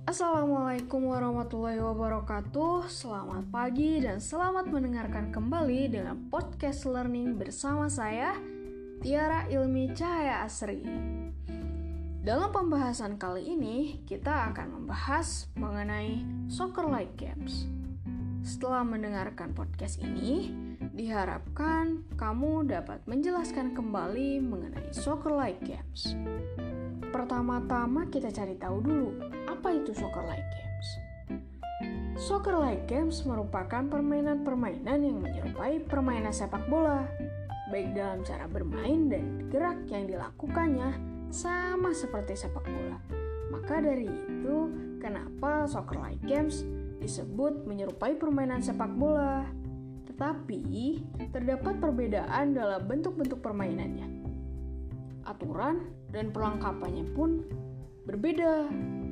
Assalamualaikum warahmatullahi wabarakatuh. Selamat pagi dan selamat mendengarkan kembali dengan podcast learning bersama saya, Tiara Ilmi Cahaya Asri. Dalam pembahasan kali ini, kita akan membahas mengenai soccer like games. Setelah mendengarkan podcast ini, diharapkan kamu dapat menjelaskan kembali mengenai soccer like games. Pertama-tama kita cari tahu dulu, apa itu soccer like games? Soccer like games merupakan permainan-permainan yang menyerupai permainan sepak bola, baik dalam cara bermain dan gerak yang dilakukannya sama seperti sepak bola. Maka dari itu, kenapa soccer like games disebut menyerupai permainan sepak bola? Tetapi, terdapat perbedaan dalam bentuk-bentuk permainannya. Aturan dan perlengkapannya pun berbeda.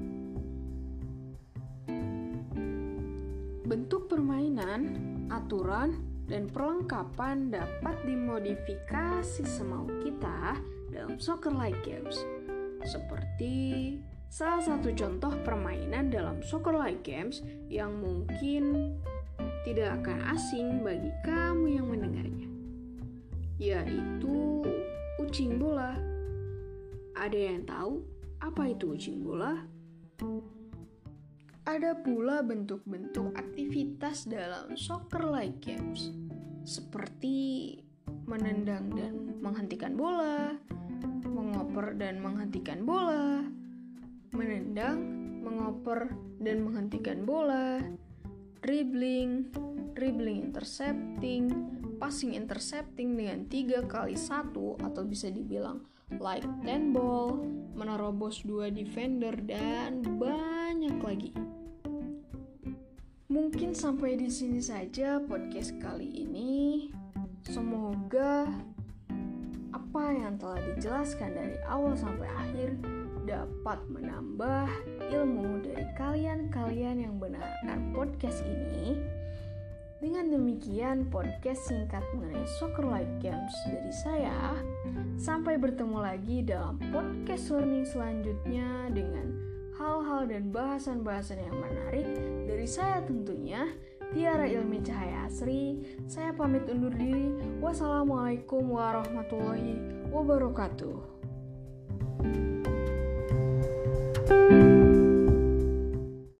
Bentuk permainan, aturan, dan perlengkapan dapat dimodifikasi semau kita dalam soccer like games. Seperti salah satu contoh permainan dalam soccer like games yang mungkin tidak akan asing bagi kamu yang mendengarnya, yaitu ucing bola. Ada yang tahu apa itu ucing bola? Ada pula bentuk-bentuk aktivitas dalam soccer like games, seperti menendang dan menghentikan bola, mengoper dan menghentikan bola, menendang, mengoper dan menghentikan bola, dribbling intercepting, passing intercepting dengan 3x1 atau bisa dibilang like 10 ball, menerobos 2 defender, dan banyak lagi. Mungkin sampai di sini saja podcast kali ini. Semoga apa yang telah dijelaskan dari awal sampai akhir dapat menambah ilmu dari kalian yang mendengarkan podcast ini. Dengan demikian, podcast singkat mengenai soccer like games dari saya. Sampai bertemu lagi dalam podcast learning selanjutnya dengan hal-hal dan bahasan-bahasan yang menarik dari saya tentunya, Tiara Ilmi Cahaya Asri. Saya pamit undur diri. Wassalamualaikum warahmatullahi wabarakatuh.